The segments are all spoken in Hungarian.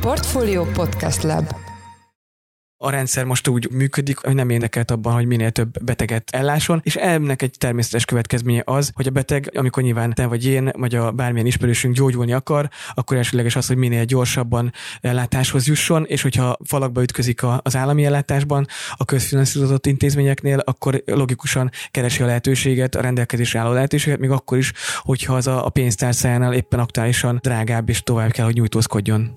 Portfolio Podcast Lab. A rendszer most úgy működik, hogy nem érdekelt abban, hogy minél több beteget ellásson, és ennek egy természetes következménye az, hogy a beteg, amikor nyilván te vagy én, vagy a bármilyen ismerősünk gyógyulni akar, akkor elsőleges az, hogy minél gyorsabban ellátáshoz jusson, és hogyha falakba ütközik az állami ellátásban, a közfinanszírozott intézményeknél, akkor logikusan keresi a lehetőséget, a rendelkezésre álló lehetőséget, még akkor is, hogyha az a pénztárcájánál éppen aktuálisan drágább és tovább kell, hogy nyújtózkodjon.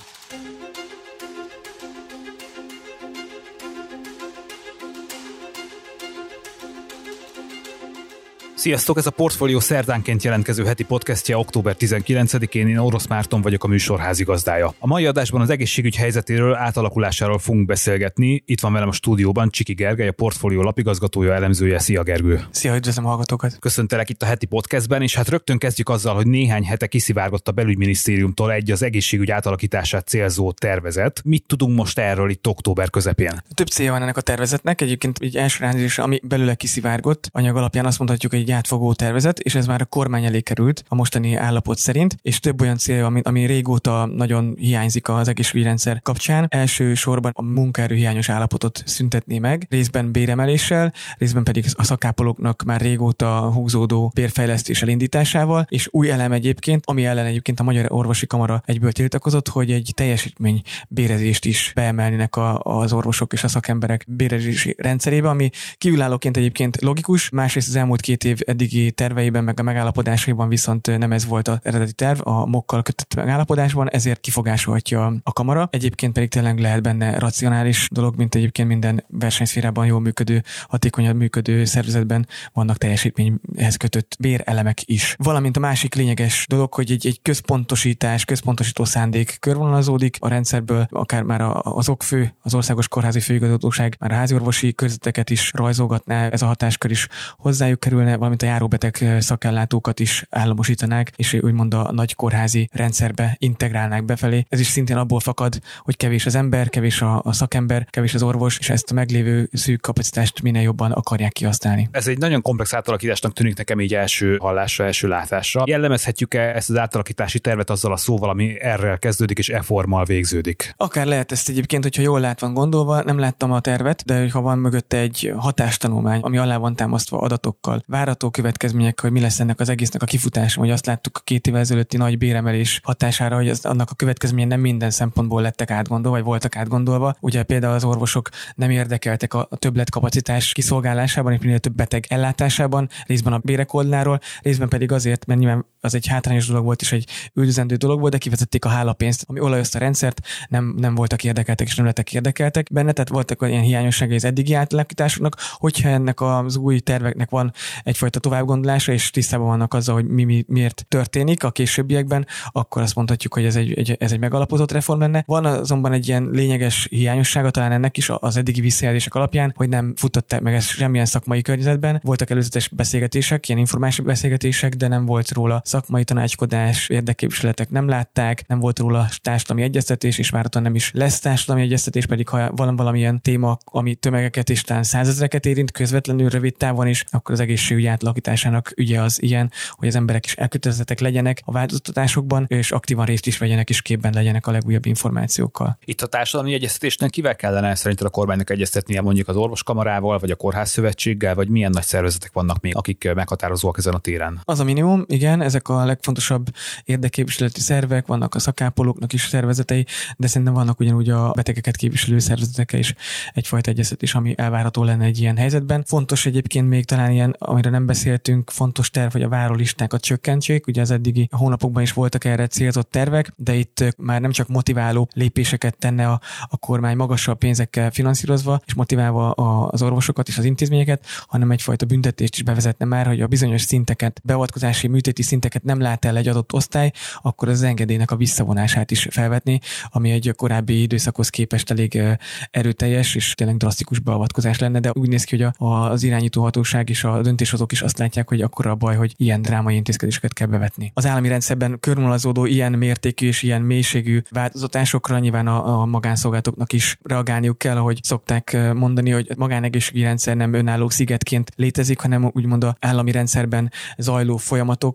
Sziasztok, ez a Portfolio szerdánként jelentkező heti podcastja október 19-én, én Orosz Márton vagyok, a műsor házigazdája. A mai adásban az egészségügy helyzetéről, átalakulásáról fogunk beszélgetni. Itt van velem a stúdióban Csiki Gergely, a Portfolio lapigazgatója, elemzője. Szia Gergő! Szia, üdvözlöm a hallgatókat! Köszöntelek itt a heti podcastben, és hát rögtön kezdjük azzal, hogy néhány hete kiszivárgott a belügyminisztériumtól egy az egészségügy átalakítását célzó tervezet. Mit tudunk most erről itt október közepén? Több célja van ennek a tervezetnek, egyébként egy első rázésre, ami belőle kiszivárgott, anyag alapján azt mondhatjuk, hogy egy átfogó tervezet, és ez már a kormány elé került a mostani állapot szerint, és több olyan célja, ami régóta nagyon hiányzik az egészségügyi rendszer kapcsán. Elsősorban a munkaerőhiányos állapotot szüntetné meg, részben béremeléssel, részben pedig a szakápolóknak már régóta húzódó bérfejlesztés elindításával, és új elem egyébként, ami ellen egyébként a Magyar Orvosi Kamara egyből tiltakozott, hogy egy teljesítmény bérezést is beemelnének az orvosok és a szakemberek bérezési rendszerébe, ami kívülállóként egyébként logikus, másrészt az elmúlt 2 év eddigi terveiben, meg a megállapodásaiban viszont nem ez volt az eredeti terv, a MOK-kal kötött megállapodásban, ezért kifogásolhatja a kamara. Egyébként pedig tényleg lehet benne racionális dolog, mint egyébként minden versenyszférában jól működő, hatékonyan működő szervezetben vannak teljesítményhez kötött bérelemek is. Valamint a másik lényeges dolog, hogy egy központosító szándék körvonalazódik a rendszerből, akár már az OKFÖ, az Országos Kórházi Főigazgatóság már a háziorvosi körzeteket is rajzolgatná, ez a hatáskör is hozzájuk kerülne, valamint a járóbeteg szakellátókat is államosítanák, és úgymond a nagy kórházi rendszerbe integrálnák befelé. Ez is szintén abból fakad, hogy kevés az ember, kevés a szakember, kevés az orvos, és ezt a meglévő szűk kapacitást minél jobban akarják kihasználni. Ez egy nagyon komplex átalakításnak tűnik nekem így első hallásra, első látásra. Jellemezhetjük-e ezt az átalakítási tervet azzal a szóval, ami erről kezdődik és e-formmal végződik? Akár lehet ezt egyébként, hogyha jól lát van gondolva, nem láttam a tervet, de ha van mögötte egy hatástanulmány, ami alá van támasztva adatokkal, várható következmények, hogy mi lesz ennek az egésznek a kifutása, hogy azt láttuk a 2 évvel ezelőtti nagy béremelés hatására, hogy annak a következménye nem minden szempontból lettek átgondolva, vagy voltak átgondolva. Ugye például az orvosok nem érdekeltek a többletkapacitás kiszolgálásában, és minél több beteg ellátásában, részben a bérek oldaláról, részben pedig azért, mert nyilván az egy hátrányos dolog volt és egy üldözendő dolog volt, de kivezették a hálapénzt, ami olajozta a rendszert, nem voltak érdekeltek és nem lettek érdekeltek benne, tehát voltak olyan hiányosságai az eddigi átalakításoknak, hogyha ennek az új terveknek van egyfajta továbbgondolása, és tisztában vannak azzal, hogy miért történik a későbbiekben, akkor azt mondhatjuk, hogy ez egy megalapozott reform lenne. Van azonban egy ilyen lényeges hiányossága talán ennek is az eddigi visszajelzések alapján, hogy nem futtatták meg ezt semmilyen szakmai környezetben. Voltak előzetes beszélgetések, ilyen informális beszélgetések, de nem volt róla szakmai tanácskodás, érdekképviseletek nem látták, nem volt róla társadalmi egyeztetés, és várhatóan nem is lesz társadalmi egyeztetés, pedig ha van valamilyen téma, ami tömegeket és talán százezreket érint közvetlenül rövid távon is, akkor az egészségügy átalakításának ügye az ilyen, hogy az emberek is elkötelezettek legyenek a változtatásokban, és aktívan részt is vegyenek, és képben legyenek a legújabb információkkal. Itt a társadalmi egyeztetésnek kivel kellene szerinted a kormánynak egyeztetnie, mondjuk az orvoskamarával, vagy a kórházszövetséggel, vagy milyen nagy szervezetek vannak még, akik meghatározóak ezen a téren? Az a minimum, igen, ezek a legfontosabb érdekképviseleti szervek, vannak a szakápolóknak is szervezetei, de szerintem vannak ugyanúgy a betegeket képviselő szervezetek is egyfajta egyeztetés, ami elvárható lenne egy ilyen helyzetben. Fontos egyébként még talán ilyen, amiről nem beszéltünk, fontos terv, hogy a várólistákat csökkentsék. Ugye az eddigi hónapokban is voltak erre célzott tervek, de itt már nem csak motiváló lépéseket tenne a kormány magasabb pénzekkel finanszírozva, és motiválva az orvosokat és az intézményeket, hanem egyfajta büntetést is bevezetne már, hogy a bizonyos szinteket, beavatkozási műtéti szinteket nem lát el egy adott osztály, akkor az engedélynek a visszavonását is felvetni, ami egy korábbi időszakhoz képest elég erőteljes és tényleg drasztikus beavatkozás lenne, de úgy néz ki, hogy az irányító hatóság és a döntéshozók is azt látják, hogy akkora a baj, hogy ilyen drámai intézkedéseket kell bevetni. Az állami rendszerben körvonalazódó ilyen mértékű és ilyen mélységű változtatásokra nyilván a magánszolgáltatóknak is reagálniuk kell, ahogy szokták mondani, hogy a magánegészségügyi rendszer nem önálló szigetként létezik, hanem úgymond az állami rendszerben zajló folyamatok igenis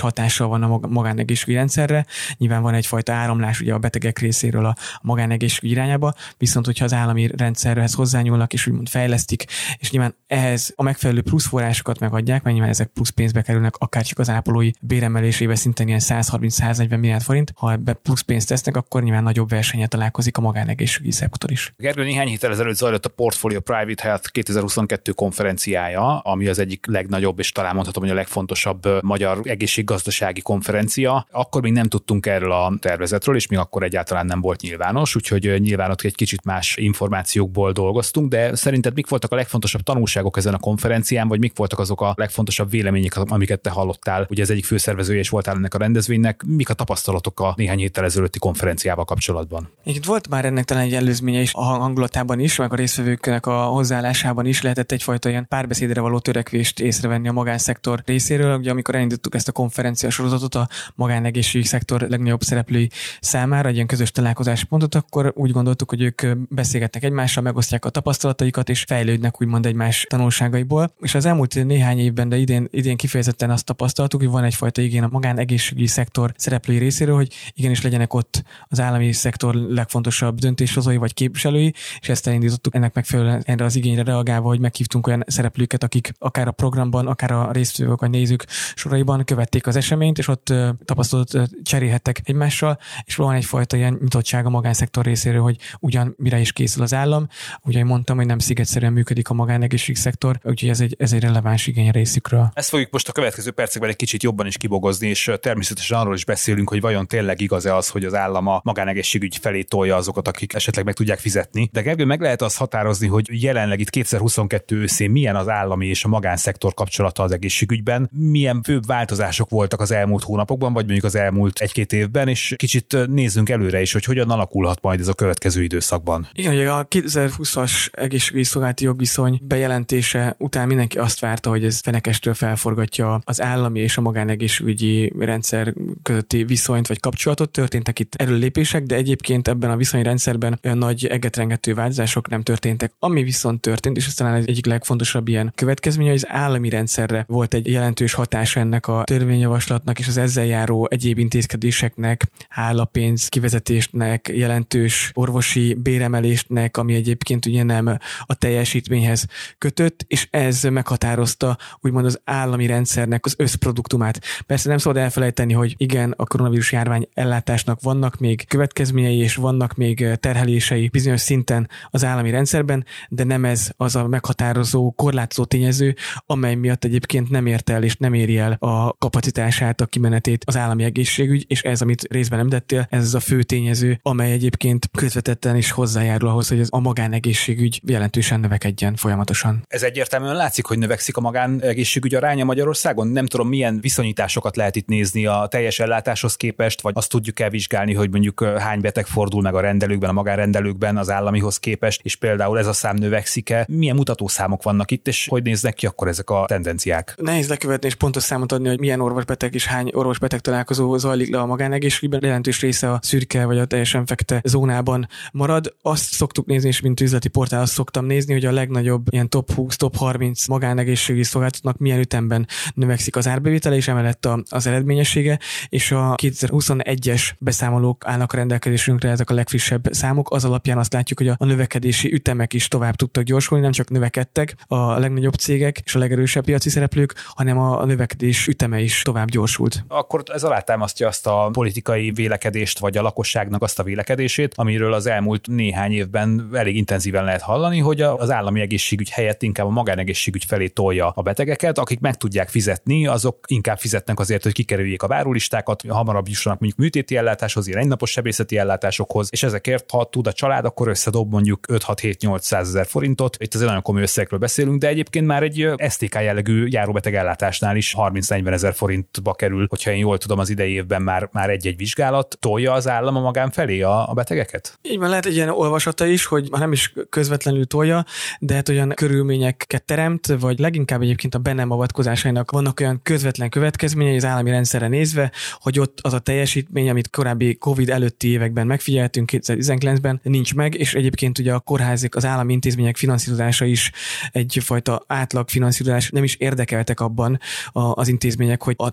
hatással van a magánegészségügyi rendszerre. Nyilván van egyfajta áramlás ugye a betegek részéről a magánegészségügy irányába, viszont hogyha az állami rendszerhez hozzányúlnak és úgymond fejlesztik, és nyilván ehhez a megfelelő plusz forrásokat megadják, mert nyilván ezek plusz pénzbe kerülnek, akár csak az ápolói béremelésébe szinten ilyen 130-140 milliárd forint, ha ebbe plusz pénzt tesznek, akkor nyilván nagyobb versennyel találkozik a magánegészségügyi szektor is. Gergő, néhány héttel ezelőtt zajlott a Portfolio Private Health 2022 konferenciája, ami az egyik legnagyobb és talán mondhatom, hogy a legfontosabb magyar egészséggazdasági konferencia. Akkor még nem tudtunk erről a tervezetről, és még akkor egyáltalán nem volt nyilvános, úgyhogy nyilván ott egy kicsit más információkból dolgoztunk, de szerinted mik voltak a legfontosabb tanulságok ezen a konferencián, vagy mik voltak azok a legfontosabb vélemények, amiket te hallottál? Ugye ez egyik főszervezője is voltál ennek a rendezvénynek. Mik a tapasztalatok a néhány héttel ezelőtti konferenciával kapcsolatban? Itt volt már ennek talán egy előzménye is a hangulatában is, meg a résztvevőknek a hozzáállásában is lehetett egyfajta ilyen párbeszédre való törekvést észrevenni a magánszektor részéről. Ugye amikor elindítottuk ezt a konferencia sorozatot a magánegészségügyi szektor legnagyobb szereplői számára, egy ilyen közös találkozási pontot, akkor úgy gondoltuk, hogy ők beszélgetnek egymással, megosztják a tapasztalataikat és fejlődnek úgymond egymás tanulságaiból. És az elmúlt néhány évben, de idén kifejezetten azt tapasztaltuk, hogy van egyfajta igény a magánegészségügyi szektor szereplői részéről, hogy igenis legyenek ott az állami szektor legfontosabb döntéshozói vagy képviselői, és ezt elindítottuk ennek megfelelően erre az igényre reagálva, hogy meghívtunk olyan szereplőket, akik akár a programban, akár a résztvevők vagy nézők soraiban követték az eseményt, és ott tapasztalatot cserélhettek egymással, és van egyfajta ilyen nyitottság a magánszektor részéről, hogy ugyan mire is készül az állam. Ugye mondtam, hogy nem szigetszerűen működik a magánegészségügyi szektor, úgyhogy ez egy releváns igény a részükről. Ezt fogjuk most a következő percekben egy kicsit jobban is kibogozni, és természetesen arról is beszélünk, hogy vajon tényleg igaz-e az, hogy az állam a magánegészségügy felé tolja azokat, akik esetleg meg tudják fizetni. De Gergő, meg lehet azt határozni, hogy jelenleg itt 2022 őszén milyen az állami és a magánszektor kapcsolata az egészségügyben, milyen főbb változások voltak az elmúlt hónapokban, vagy mondjuk az elmúlt egy-két évben, és kicsit nézzünk előre is, hogy hogyan alakulhat majd ez a következő időszakban. Igen, ugye a 2020-as egészségügyi szolgálati jogviszony bejelentése után mindenki azt várta, hogy ez fenekestől felforgatja az állami és a magánegészségügyi rendszer közötti viszonyt vagy kapcsolatot. Történtek itt erőlépések, de egyébként ebben a viszonyrendszerben olyan nagy egetrengető változások nem történtek. Ami viszont történt, és ez talán egyik legfontosabb ilyen következménye, hogy az állami rendszerre volt egy jelentős hatás ennek a törvényjavaslatnak és az ezzel járó egyéb intézkedéseknek, hálapénz kivezetésnek, jelentős orvosi béremelésnek, ami egyébként ugye nem a teljesítményhez kötött, és ez meghatározta úgymond az állami rendszernek az összproduktumát. Persze nem szabad elfelejteni, hogy igen, a koronavírus járvány ellátásnak vannak még következményei, és vannak még terhelései bizonyos szinten az állami rendszerben, de nem ez az a meghatározó, korlátozó tényező, amely miatt egyébként nem ért el és nem éri el a kapacitását, a kimenetét az állami egészségügy, és ez, amit részben említettél, ez az a fő tényező, amely egyébként közvetetten is hozzájárul ahhoz, hogy a magánegészségügy jelentősen növekedjen folyamatosan. Ez egyértelműen látszik, hogy növekszik a magánegészségügy aránya Magyarországon. Nem tudom, milyen viszonyításokat lehet itt nézni a teljes ellátáshoz képest, vagy azt tudjuk elvizsgálni, hogy mondjuk hány beteg fordul meg a rendelőkben, a magánrendelőkben az államihoz képest, és például ez a szám növekszik-e. Milyen mutatószámok vannak itt, és hogy néznek ki akkor ezek a tendenciák? Nehéz lekövetni és pontos számot adni, hogy milyen orvosbeteg és hány orvosbeteg találkozó zajlik le a magánegészségügyben. Jelentős része a szürke vagy a teljesen fekete zónában marad. Azt szoktuk nézni, és mint üzleti portál azt szoktam nézni, hogy a legnagyobb ilyen top 20, top 30 magánegészségügyi szolgáltatónak milyen ütemben növekszik az árbevétele, és emellett az eredményessége, és a 2021-es beszámolók állnak a rendelkezésünkre, ezek a legfrissebb számok. Az alapján azt látjuk, hogy a növekedési ütemek is tovább tudtak gyorsulni, nem csak növekedtek a legnagyobb cégek és a legerősebb piaci szereplők, hanem a növekedés üteme is tovább gyorsult. Akkor ez alátámasztja azt a politikai vélekedést, vagy a lakosságnak azt a vélekedését, amiről az elmúlt néhány évben elég intenzíven lehet hallani, hogy az állami egészségügy helyett inkább a magánegészségügy felé tolja a betegeket, akik meg tudják fizetni, azok inkább fizetnek azért, hogy kikerüljék a várólistákat, hamarabb jussanak mondjuk műtéti ellátáshoz, ilyen egynapos sebészeti ellátásokhoz, és ezekért, ha tud a család, akkor összedob mondjuk 5-6-7-800 ezer forintot. Itt azért nagyon komoly összegről beszélünk, de egyébként már egy STK jellegű járóbeteg ellátásnál is 30-40 ezer forintba kerül, hogyha én jól tudom, az idei évben már egy-egy vizsgálat. Tolja az állam a magán felé a betegeket? Így van, lehet egy ilyen olvasata is, hogy nem is közvetlenül tolja, de hát olyan körülményeket teremt, vagy leginkább egyébként a be nem avatkozásainak vannak olyan közvetlen következményei az állami rendszerre nézve, hogy ott az a teljesítmény, amit korábbi Covid előtti években megfigyeltünk 2019-ben, nincs meg, és egyébként ugye a kórházik, az állami intézmények finanszírozása is egyfajta átlagfinanszírozás, nem is érdekeltek abban az intézmények, hogy a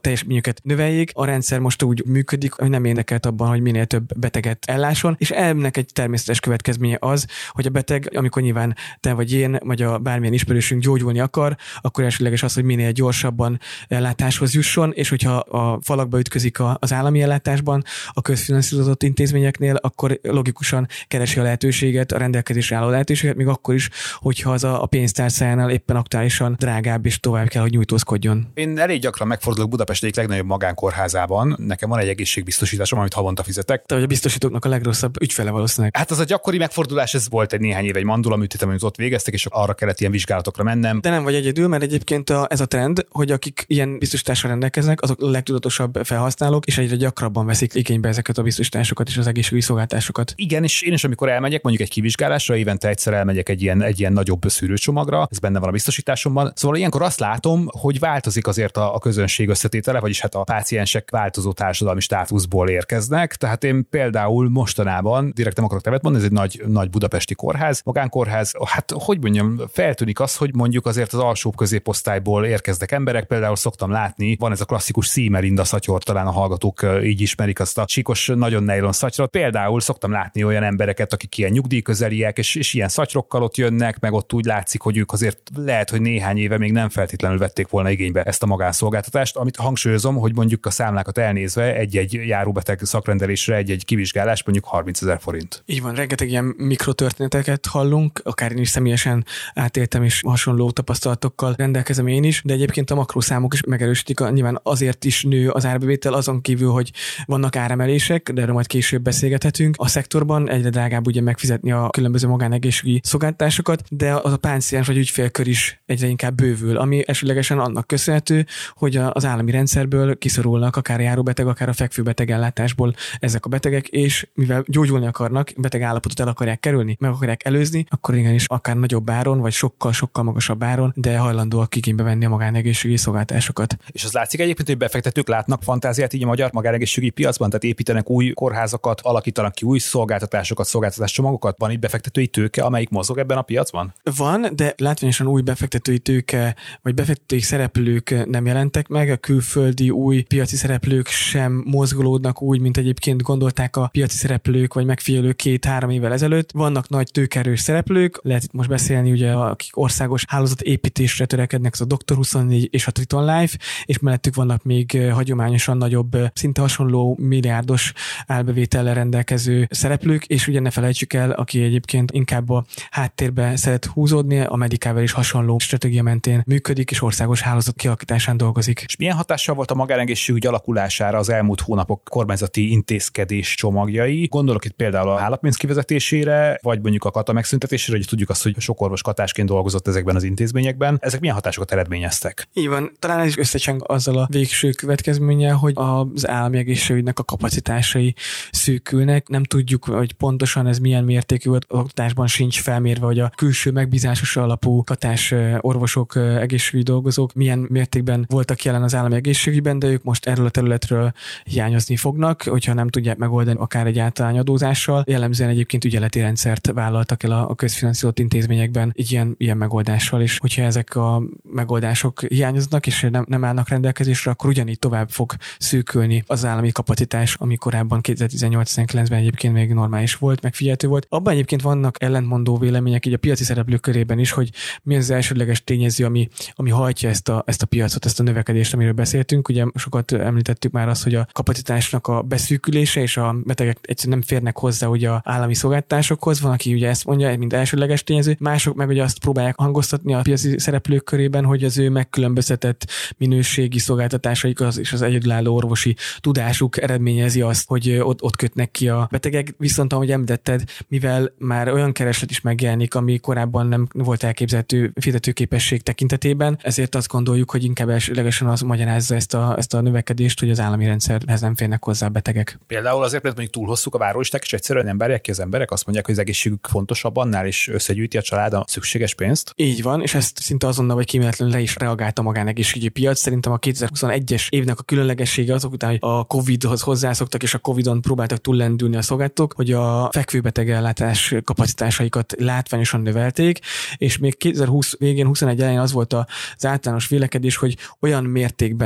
teljesítményüket növeljék. A rendszer most úgy működik, hogy nem érdekelt abban, hogy minél több beteget ellásson, és ennek egy természetes következménye az, hogy a beteg, amikor nyilván te vagy én, vagy a bármilyen ismerősünk gyógyulni akar, akkor elsőleges az, hogy minél gyorsabban ellátáshoz jusson, és hogyha a falakba ütközik az állami ellátásban, a közfinanszírozott intézményeknél, akkor logikusan keresi a lehetőséget, a rendelkezésre álló lehetőséget, még akkor is, hogyha az a pénztárcájánál éppen aktuálisan drágább és tovább kell, hogy nyújtózkodjon. Én elég gyakran megfordulok Budapest egyik legnagyobb magánkórházában. Nekem van egy egészségbiztosításom, amit havonta fizetek. Te vagy a biztosítóknak a legrosszabb ügyfele valószínűleg. Hát az a gyakori megfordulás, ez volt egy néhány év egy mandulaműtétem, amit ott végeztek, és arra kellett ilyen vizsgálatokra mennem. De nem vagy egyedül, mert egyébként ez a trend, hogy akik ilyen biztosítással rendelkeznek, azok a legtudatosabb felhasználók, és egyre gyakrabban veszik igénybe ezeket a biztosításokat és az egészségügyi szolgáltásokat. Igen, és én is, amikor elmegyek, mondjuk egy kivizsgálásra, évente egyszer elmegyek egy ilyen nagyobb szűrőcsomagra, ez benne van a biztosításomban. Szóval ilyenkor azt látom, hogy változik azért a közönség összetétele, vagyis hát a páciensek változó társadalmi státuszból érkeznek. Tehát én például mostanában, direkt nem akarok nevet mondani, ez egy nagy budapesti kórház, magánkórház. Hát hogy mondjam, feltűnik az, hogy mondjuk azért az alsóbb középosztályból érkeznek emberek, például szoktam látni, van ez a klasszikus Szímerinda szatyor, talán a hallgatók így ismerik azt a síkos, nagyon nylon szatyrot. Például szoktam látni olyan embereket, akik ilyen nyugdíjközeliek, és ilyen szatyrokkal ott jönnek, meg ott úgy látszik, hogy ők azért lehet, hogy néhány éve még nem feltétlenül vették volna igénybe ezt a magánszolgáltatást, amit hangsúlyozom, hogy mondjuk a számlákat elnézve egy-egy járóbeteg szakrendelésre egy kivizsgálás mondjuk 30 000 forint. Így van, rengeteg ilyen mikrotörténeteket hallunk, akár én is személyesen átéltem, és hasonló tapasztalatokkal rendelkezem én is, de egyébként a makroszámok is megerősítik, nyilván azért is nő az árbevétel, azon kívül, hogy vannak áremelések, de erről majd később beszélgethetünk. A szektorban egyre drágább ugye megfizetni a különböző magánegészségügyi szolgáltatásokat, de az a páciens vagy ügyfélkör is egyre inkább bővül, ami esetlegesen annak köszönhető, hogy az állami rendszerből kiszorulnak akár a járóbeteg, akár a fekvőbeteg ellátásból ezek a betegek, és mivel gyógyulni akarnak, beteg állapotot el akarják kerülni, meg akarják előzni, akkor igenis akár nagyobb áron, vagy sokkal magasabb áron, de hajlandóak igénybe venni a magánegészségügyi szolgáltatásokat. És az látszik egyébként, hogy befektetők látnak fantáziát így a magyar magánegészségügyi piacban, tehát építenek új kórházakat, alakítanak ki új szolgáltatásokat, szolgáltatáscsomagokat. Van itt befektetői tőke, amelyik mozog ebben a piacban? Van, de látványosan új befektetői tőke vagy befektetői szereplők nem jelentek meg, a külföldi új piaci szereplők sem mozgolódnak úgy, mint egyébként gondolták a piaci szereplők vagy megfigyelők 2-3 évvel ezelőtt. Vannak nagy tőkerős szereplők, lehet itt most beszélni, ugye, akik országos hálózatépítésre törekednek, az a Dr. 24 és a Triton Life, és mellettük vannak még hagyományosan nagyobb, szinte hasonló milliárdos álbevétellel rendelkező szereplők, és ugye ne felejtsük el, aki egyébként inkább a háttérbe szeret húzódni, a Medicával is hasonló stratégia mentén működik, és országos hálózat kialakításán dolgozik. És milyen hatással volt a magánegészségügy alakulására az elmúlt hónapok kormányzati intézkedés csomagjai? Gondolok itt például a állapénz kivezetésére, vagy mondjuk a kata megszüntetésére, hogy tudjuk azt, hogy sok orvos katásként dolgozott ezekben az intézményekben. Ezek milyen hatásokat eredményeztek? Így van, talán ez is összecseng azzal a végső következménnyel, hogy az állami egészségügynek a kapacitásai szűkülnek. Nem tudjuk, hogy pontosan ez milyen mértékű volt, oktatásban sincs felmérve, hogy a külső megbízásos alapú katás orvosok, egészségügyi dolgozók milyen mértékben voltak jelen az állami egészségügyben, de ők most erről a területről hiányozni fognak, hogyha nem tudják megoldani akár egy általány adózással. Jellemzően egyébként ügyeleti rendszert vállaltak el a közfinanszírozott intézményekben ilyen megoldással, és hogyha ezek a megoldások hiányoznak és nem állnak rendelkezésre, akkor ugyanígy tovább fog szűkülni az állami kapacitás, ami korábban 2018-19-ben egyébként még normális volt, megfigyelhető volt. Abban egyébként vannak ellentmondó vélemények így a piaci szereplők körében is, hogy mi az elsődleges tényező, ami hajtja ezt a piacot, ezt a növekedést, amiről beszéltünk. Ugye sokat említettük már azt, hogy a kapacitásnak a beszűkülése és a betegek egyszerűen nem férnek hozzá ugye a állami szolgáltatásokhoz. Van, aki ugye ezt mondja, mint elsődleges tényező, mások meg ugye azt próbálják hangoztatni a piaci szereplők körében, hogy az ő megkülönböztetett minőségi szolgáltatásaik és az egyedülálló orvosi tudásuk eredményezi azt, hogy ott kötnek ki a betegek. Viszont ahogy említetted, mivel már olyan kereslet is megjelenik, ami korábban nem volt elképzelhető fizetőképesség tekintetében, ezért azt gondoljuk, hogy inkább elsőlegesen az magyarázza ezt a növekedést, hogy az állami rendszerhez nem férnek hozzá a betegek. Például azért, mert mondjuk túl hosszúk a várólisták, és egyszerűen nem várják ki az emberek, azt mondják, hogy az egészségük fontosabb annál, és összegyűjti a család a szükséges pénzt. Így van, és ezt szinte azonnal vagy kíméletlenül le is reagált a magánegészségügyi piac. Szerintem a 2021-es évnek a különlegessége azok után, hogy a Covid-hoz hozzászoktak, és a Covid-on próbáltak túllendülni a szolgáltatók, hogy a fekvőbeteg ellátás kapacitásaikat látványosan növelték, és még 2020 végén, 21 elején az volt az általános vélekedés, hogy olyan mértékben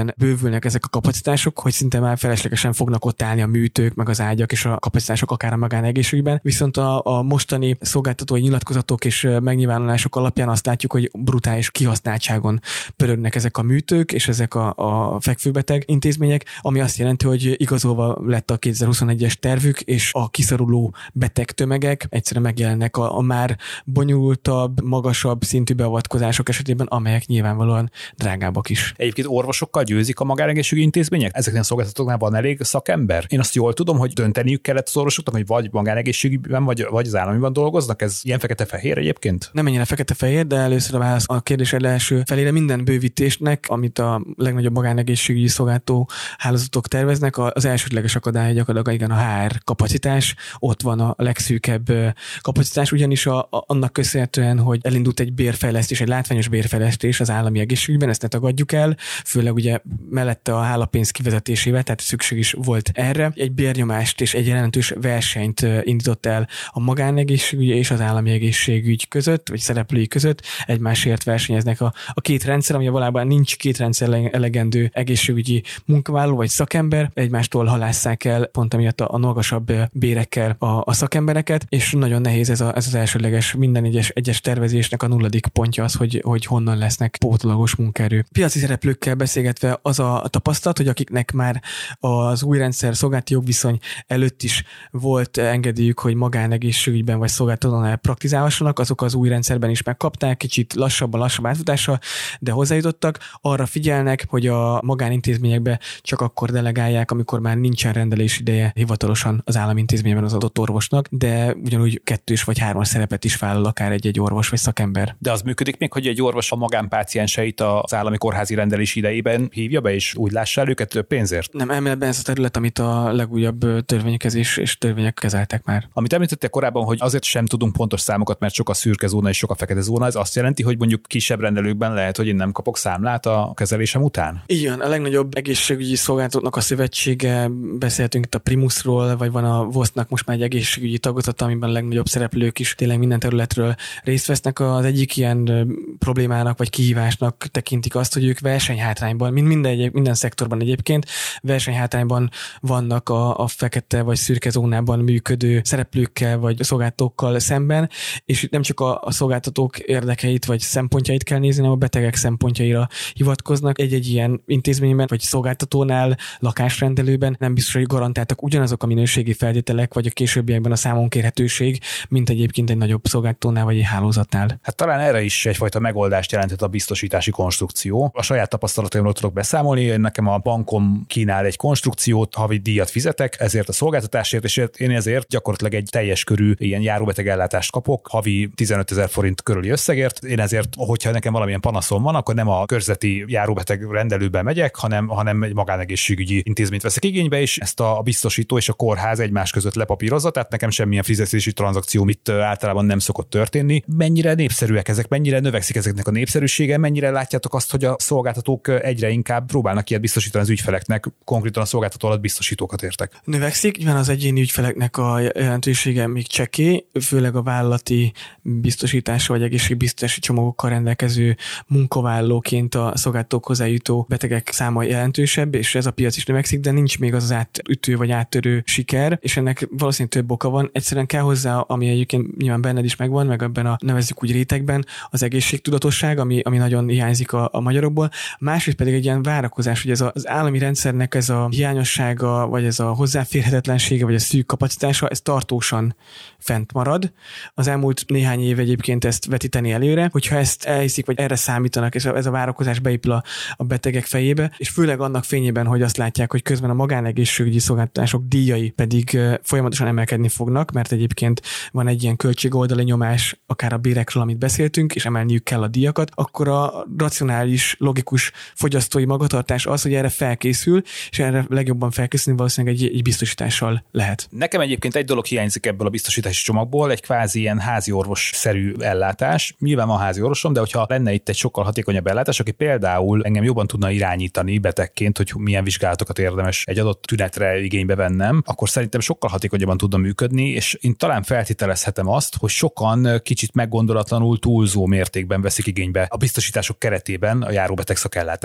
annyiban bővülnek ezek a kapacitások, hogy szinte már feleslegesen fognak ott állni a műtők, meg az ágyak és a kapacitások akár a magánegészségügyben. Viszont a mostani szolgáltatói nyilatkozatok és megnyilvánulások alapján azt látjuk, hogy brutális kihasználtságon pörögnek ezek a műtők és ezek a fekvőbeteg intézmények, ami azt jelenti, hogy igazolva lett a 2021-es tervük, és a kiszoruló beteg tömegek egyszerűen megjelennek a már bonyolultabb, magasabb szintű beavatkozások esetében, amelyek nyilvánvalóan drágábbak is. Egyébként orvosokkal győzik a magánegészségügyi intézmények? Ezeknél a szolgáltatóknál van elég szakember? Én azt jól tudom, hogy dönteniük kellett az orvosoknak, hogy vagy magánegészségügyben, vagy az államiban dolgoznak. Ez ilyen fekete-fehér egyébként? Nem ennyire fekete-fehér, de először a válasz a kérdés első felére. Minden bővítésnek, amit a legnagyobb magánegészségügyi szolgáltató hálózatok terveznek, az elsődleges akadály gyakorlatilag igen a HR kapacitás. Ott van a legszűkebb kapacitás, ugyanis annak köszönhetően, hogy elindult egy bérfejlesztés, egy látványos bérfejlesztés az állami egészségügyben, ezt ne tagadjuk el, főleg ugye mellette a hálapénz kivezetésével, tehát szükség is volt erre. Egy bérnyomást és egy jelentős versenyt indított el a magánegészségügy és az állami egészségügy között, vagy szereplői között, egymásért versenyeznek a két rendszer, ami valójában nincs két rendszer elegendő egészségügyi munkavállaló vagy szakember, egymástól halásszák el pont amiatt a magasabb bérekkel a szakembereket, és nagyon nehéz ez az elsődleges minden egyes tervezésnek a nulladik pontja az, hogy honnan lesznek pótlagos munkaerő. Piaci szereplőkkel beszélgetve az a tapasztalat, hogy akiknek már az új rendszer szolgálati jogviszony előtt is volt engedélyük, hogy magánegészségügyben vagy szolgáltatónál praktizálhassanak, azok az új rendszerben is megkapták, kicsit lassab átfutással, de hozzájutottak. Arra figyelnek, hogy a magánintézményekbe csak akkor delegálják, amikor már nincsen rendelés ideje hivatalosan az állami intézményben az adott orvosnak, de ugyanúgy 2 vagy 3 szerepet is vállal akár egy orvos vagy szakember. De az működik még, hogy egy orvos a magánpácienseit az állami kórházi rendelés idejében hívja be, és úgy lássa el őket pénzért? Nem, elméletben ez a terület, amit a legújabb törvénykezés és törvények kezeltek már. Amit említettek korábban, hogy azért sem tudunk pontos számokat, mert sok a szürke zóna és sok a fekete zóna, ez azt jelenti, hogy mondjuk kisebb rendelőkben lehet, hogy én nem kapok számlát a kezelésem után? Igen, a legnagyobb egészségügyi szolgáltatóknak a szövetsége, beszélhetünk itt a Primusról, vagy van a VOSZ-nak most már egy egészségügyi tagozata, amiben a legnagyobb szereplők is tényleg minden területről részt vesznek. Az egyik ilyen problémának vagy kihívásnak tekintik azt, hogy ők versenyhátrányban, minden szektorban egyébként versenyhátrányban vannak a fekete vagy szürke zónában működő szereplőkkel vagy szolgáltatókkal szemben, és itt nem csak a szolgáltatók érdekeit vagy szempontjait kell nézni, hanem a betegek szempontjaira hivatkoznak. Egy ilyen intézményben vagy szolgáltatónál, lakásrendelőben nem biztos, hogy garantáltak ugyanazok a minőségi feltételek, vagy a későbbiekben a számonkérhetőség, mint egyébként egy nagyobb szolgáltatónál vagy egy hálózatnál. Hát talán erre is egyfajta megoldást jelentett a biztosítási konstrukció. A saját tapasztalataimról tudok beszámolni, nekem a bankom kínál egy konstrukciót, havi díjat fizetek, ezért a szolgáltatásért, és én ezért gyakorlatilag egy teljes körű ilyen járóbetegellátást kapok, havi 15 000 forint körüli összegért. Én ezért, hogyha nekem valamilyen panaszom van, akkor nem a körzeti járóbeteg rendelőben megyek, hanem egy magánegészségügyi intézményt veszek igénybe, és ezt a biztosító és a kórház egymás között lepapírozza, tehát nekem semmilyen fizetési tranzakció itt általában nem szokott történni. Mennyire népszerűek ezek, mennyire növekszik ezeknek a népszerűsége, mennyire látjátok azt, hogy a szolgáltatók egyre inkább próbálnak ilyet biztosítani az ügyfeleknek, konkrétan a szolgáltató alatt biztosítókat értek? Növekszik, nyilván az egyéni ügyfeleknek a jelentősége még csekély, főleg a vállalati biztosításra vagy egészségbiztosítási csomagokkal rendelkező munkavállalóként a szolgáltatók hozzájutó betegek száma jelentősebb, és ez a piac is növekszik, de nincs még az átütő vagy áttörő siker, és ennek valószínűleg több oka van. Egyszerűen kell hozzá, ami egyébként nyilván benned is megvan, meg ebben a nevezzük úgy rétegben, az egészségtudatosság, ami nagyon hiányzik a magyarokból. Másrészt pedig egy ilyen várakozás, hogy ez az állami rendszernek ez a hiányossága, vagy ez a hozzáférhetetlensége, vagy a szűk kapacitása, ez tartósan fent marad. Az elmúlt néhány év egyébként ezt vetíteni előre, hogyha ezt elhiszik, vagy erre számítanak, és ez a várakozás beépül a betegek fejébe, és főleg annak fényében, hogy azt látják, hogy közben a magánegészségügyi szolgáltatások díjai pedig folyamatosan emelkedni fognak, mert egyébként van egy ilyen költségoldali nyomás, akár a bérekről, amit beszéltünk, és emelniük kell a díjakat, akkor a racionális, logikus fogyasztói magatartás az, hogy erre felkészül, és erre legjobban felkészülni valószínűleg egy biztosítással lehet. Nekem egyébként egy dolog hiányzik ebből a biztosítási csomagból, egy kvázi ilyen házi orvos-szerű ellátás. Nyilván van házi orvosom, de hogyha lenne itt egy sokkal hatékonyabb ellátás, aki például engem jobban tudna irányítani betegként, hogy milyen vizsgálatokat érdemes egy adott tünetre igénybe vennem, akkor szerintem sokkal hatékonyabban tudna működni, és én talán feltételezhetem azt, hogy sokan kicsit meggondolatlanul túlzó mértékben veszik igénybe a biztosítások keretében a járóbeteg szakellátásokat.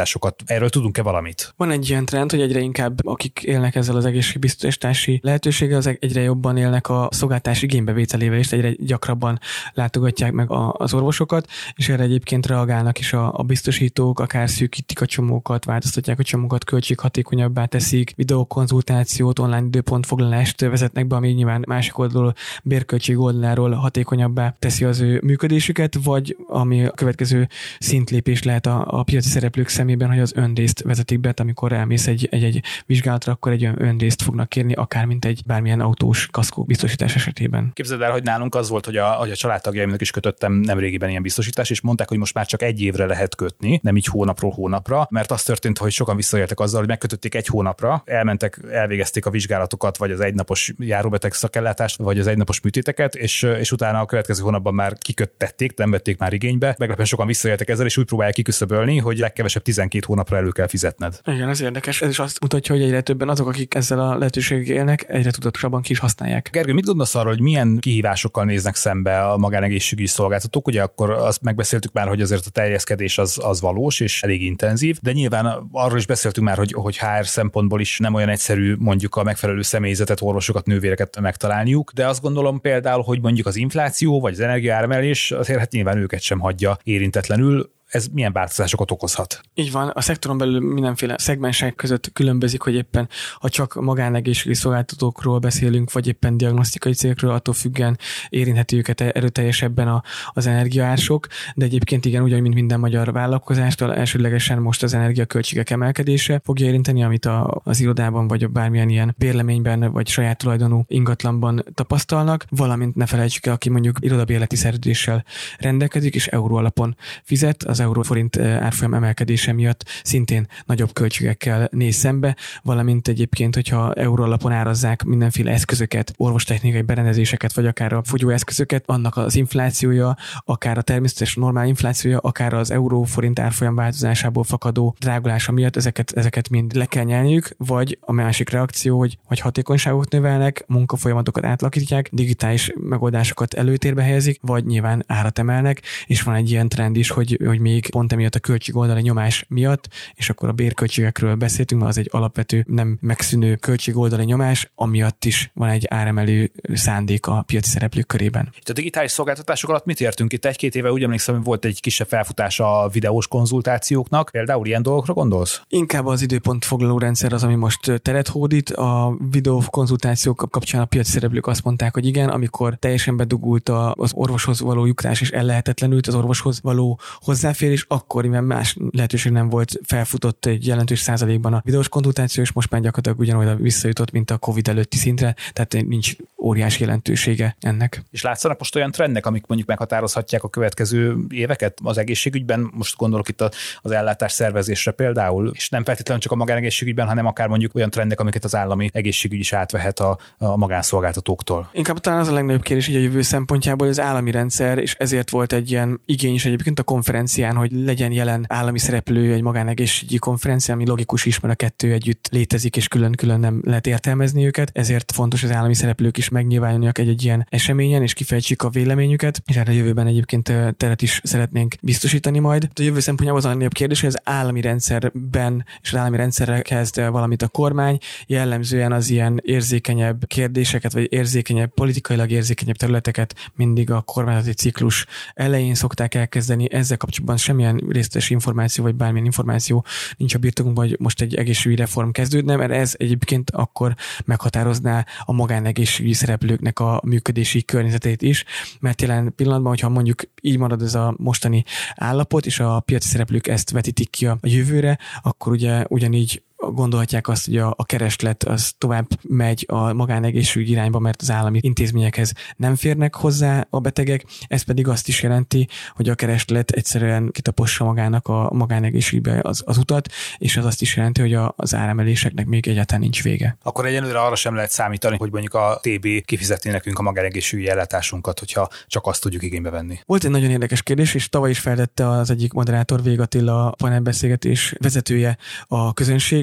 Erről tudunk-e valamit? Van egy ilyen trend, hogy egyre inkább akik élnek ezzel az egészségbiztosítási lehetőséggel, az egyre jobban élnek a szolgáltatás igénybevételével, és egyre gyakrabban látogatják meg az orvosokat, és erre egyébként reagálnak is a biztosítók, akár szűkítik a csomókat, változtatják a csomókat, költséghatékonyabbá teszik, videokonzultációt, online időpontfoglalást vezetnek be, ami nyilván másik oldalról, bérköltség oldaláról hatékonyabbá teszi az ő működésüket, vagy ami a következő szintlépés lehet a piaci szereplők szemében, hogy az önrészt vezetik be, amikor elmész egy vizsgálatra, akkor egy önrészt fognak kérni, akár mint egy bármilyen autós kaszkó biztosítás esetében. Képzeld el, hogy nálunk az volt, hogy a családtagjaimnak is kötöttem nemrégiben ilyen biztosítás, és mondták, hogy most már csak egy évre lehet kötni, nem így hónapról hónapra, mert az történt, hogy sokan visszaéltek azzal, hogy megkötötték egy hónapra, elmentek, elvégezték a vizsgálatokat, vagy az egynapos járóbeteg szakellátást, vagy az egynapos műtéteket, és utána a következő hónapban már kiköttették, nem vették már igénybe. Meglepően sokan visszaéltek ezzel, és úgy próbálják kiküszöbölni, hogy legkevesebb 12 hónapra elő kell fizetned. Igen, ez érdekes. Ez is azt mutatja, hogy egyre többen azok, akik ezzel a lehetőséggel élnek, egyre tudatosabban ki is használják. Gergő, mit gondolsz arról, hogy milyen kihívásokkal néznek szembe a magánegészségügyi szolgáltatók? Ugye akkor azt megbeszéltük már, hogy azért a terjeszkedés az valós és elég intenzív, de nyilván arról is beszéltünk már, hogy HR szempontból is nem olyan egyszerű mondjuk a megfelelő személyzetet, orvosokat, nővéreket megtalálniuk, de azt gondolom például, hogy mondjuk az infláció vagy az energiaáremelés azért hát nyilván őket sem hagyja érintetlenül. Ez milyen változásokat okozhat? Így van, a szektoron belül mindenféle szegmensek között különbözik, hogy éppen ha csak magánegészségügyi szolgáltatókról beszélünk, vagy éppen diagnosztikai cégekről, attól függően érintheti őket erőteljesebben az energiaársok, de egyébként igen, ugyanúgy, mint minden magyar vállalkozástól, elsődlegesen most az energiaköltségek emelkedése fogja érinteni, amit az irodában, vagy bármilyen ilyen bérleményben, vagy saját tulajdonú ingatlanban tapasztalnak, valamint ne felejtsük el, aki mondjuk irodabérleti szerződéssel rendelkezik, és euró alapon fizet, az euró-forint árfolyam emelkedése miatt szintén nagyobb költségekkel néz szembe, valamint egyébként, hogyha euró alapon árazzák mindenféle eszközöket, orvostechnikai berendezéseket, vagy akár a fogyóeszközöket, annak az inflációja, akár a természetes normál inflációja, akár az euró-forint árfolyam változásából fakadó drágulása miatt ezeket mind le kell nyelniük, vagy a másik reakció, hogy hatékonyságot növelnek, munkafolyamatokat átalakítják, digitális megoldásokat előtérbe helyezik, vagy nyilván árat emelnek, és van egy ilyen trend is, hogy még pont emiatt a költségoldali nyomás miatt, és akkor a bérköltségekről beszéltünk, mert az egy alapvető, nem megszűnő költségoldali nyomás, amiatt is van egy áremelő szándék a piaci szereplők körében. Itt a digitális szolgáltatások alatt mit értünk? Itt 1-2 éve úgy emlékszem, hogy volt egy kisebb felfutás a videós konzultációknak. Például ilyen dolgokra gondolsz? Inkább az időpontfoglaló rendszer az, ami most teret hódít. A videókonzultációk kapcsán a piaci szereplők azt mondták, hogy igen, amikor teljesen bedugult az orvoshoz való jutás és ellehetetlenült az orvoshoz való hozzáférés, akkor mivel más lehetőség nem volt, felfutott egy jelentős százalékban a videós konzultáció, és most már gyakorlatilag ugyanolyan visszajutott, mint a Covid előtti szintre, tehát nincs óriási jelentősége ennek. És látszanak most olyan trendek, amik mondjuk meghatározhatják a következő éveket az egészségügyben, most gondolok itt az ellátás szervezésre például, és nem feltétlenül csak a magánegészségügyben, hanem akár mondjuk olyan trendek, amiket az állami egészségügy is átvehet a magánszolgáltatóktól. Inkább talán az a legnagyobb kérdés így a jövő szempontjából az állami rendszer, és ezért volt egy ilyen igény is egyébként a konferencián, hogy legyen jelen állami szereplő egy magánegészségügyi konferencián, ami logikus is, mert a kettő együtt létezik, és külön-külön nem lehet értelmezni őket. Ezért fontos, hogy az állami szereplők is megnyilvánuljanak egy ilyen eseményen, és kifejtsék a véleményüket, és erre a jövőben egyébként teret is szeretnénk biztosítani majd. A jövő szempontjából az a legnagyobb kérdés, hogy az állami rendszerben és az állami rendszerre kezd valamit a kormány, jellemzően az ilyen érzékenyebb kérdéseket, vagy politikailag érzékenyebb területeket mindig a kormányzati ciklus elején szokták elkezdeni. Ezzel kapcsolatban semmilyen részletes információ, vagy bármilyen információ nincs a birtokunkban, hogy most egy egészségügyi reform kezdődne, mert ez egyébként akkor meghatározná a magánegészségügyi szereplőknek a működési környezetét is, mert jelen pillanatban, hogyha mondjuk így marad ez a mostani állapot, és a piaci szereplők ezt vetítik ki a jövőre, akkor ugye ugyanígy gondolhatják azt, hogy a kereslet az tovább megy a magánegészségügyi irányba, mert az állami intézményekhez nem férnek hozzá a betegek, ez pedig azt is jelenti, hogy a kereslet egyszerűen kitapossa magának a magánegészségügybe az utat, és az azt is jelenti, hogy az áremeléseknek még egyáltalán nincs vége. Akkor egyenlőre arra sem lehet számítani, hogy mondjuk a TB kifizetné nekünk a magánegészségügyi ellátásunkat, hogyha csak azt tudjuk igénybe venni. Volt egy nagyon érdekes kérdés, és tavaly is feltette az egyik moderátor, Vég Attila, a panelbeszélgetés vezetője a közönségnek,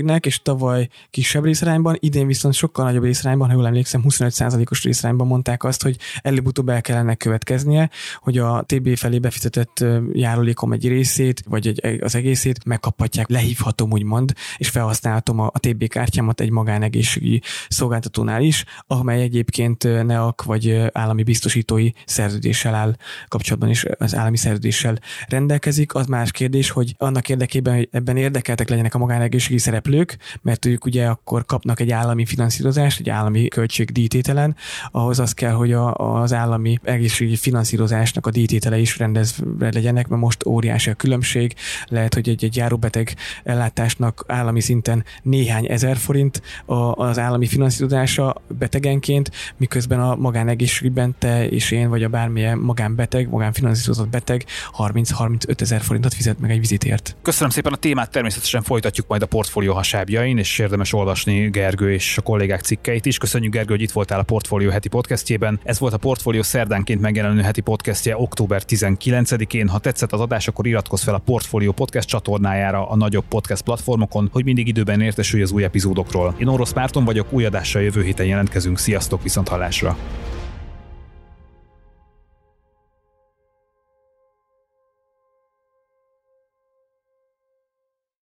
nőnek, és tavaly kisebb részarányban, idén viszont sokkal nagyobb részarányban, ha jól emlékszem, 25%-os részarányban mondták azt, hogy előbb-utóbb el kellene következnie, hogy a TB felé befizetett járulékom egy részét, vagy az egészét megkaphatják, lehívhatom úgymond, és felhasználhatom a TB kártyámat egy magánegészségügyi szolgáltatónál is, amely egyébként NEAK vagy állami biztosítói szerződéssel áll kapcsolatban, és az állami szerződéssel rendelkezik. Az más kérdés, hogy annak érdekében, hogy ebben érdekeltek legyenek a magánegészségügyi szereplők, mert ők ugye akkor kapnak egy állami finanszírozást, egy állami költség díjtételen, ahhoz az kell, hogy az állami egészségügyi finanszírozásnak a díjtétele is rendezve legyenek, mert most óriási a különbség. Lehet, hogy egy járóbeteg ellátásnak állami szinten néhány ezer forint az állami finanszírozása betegenként, miközben a magánegészségügyben te és én, vagy a bármilyen magánfinanszírozott beteg 30-35 ezer forintot fizet meg egy vizitért. Köszönöm szépen, a témát természetesen folytatjuk majd a Portfólió hasábjain, és érdemes olvasni Gergő és a kollégák cikkeit is. Köszönjük, Gergő, hogy itt voltál a Portfólió heti podcastjében. Ez volt a Portfólió szerdánként megjelenő heti podcastje október 19-én. Ha tetszett az adás, akkor iratkozz fel a Portfólió podcast csatornájára a nagyobb podcast platformokon, hogy mindig időben értesülj az új epizódokról. Én Orosz Márton vagyok, új adással jövő héten jelentkezünk. Sziasztok, viszonthallásra!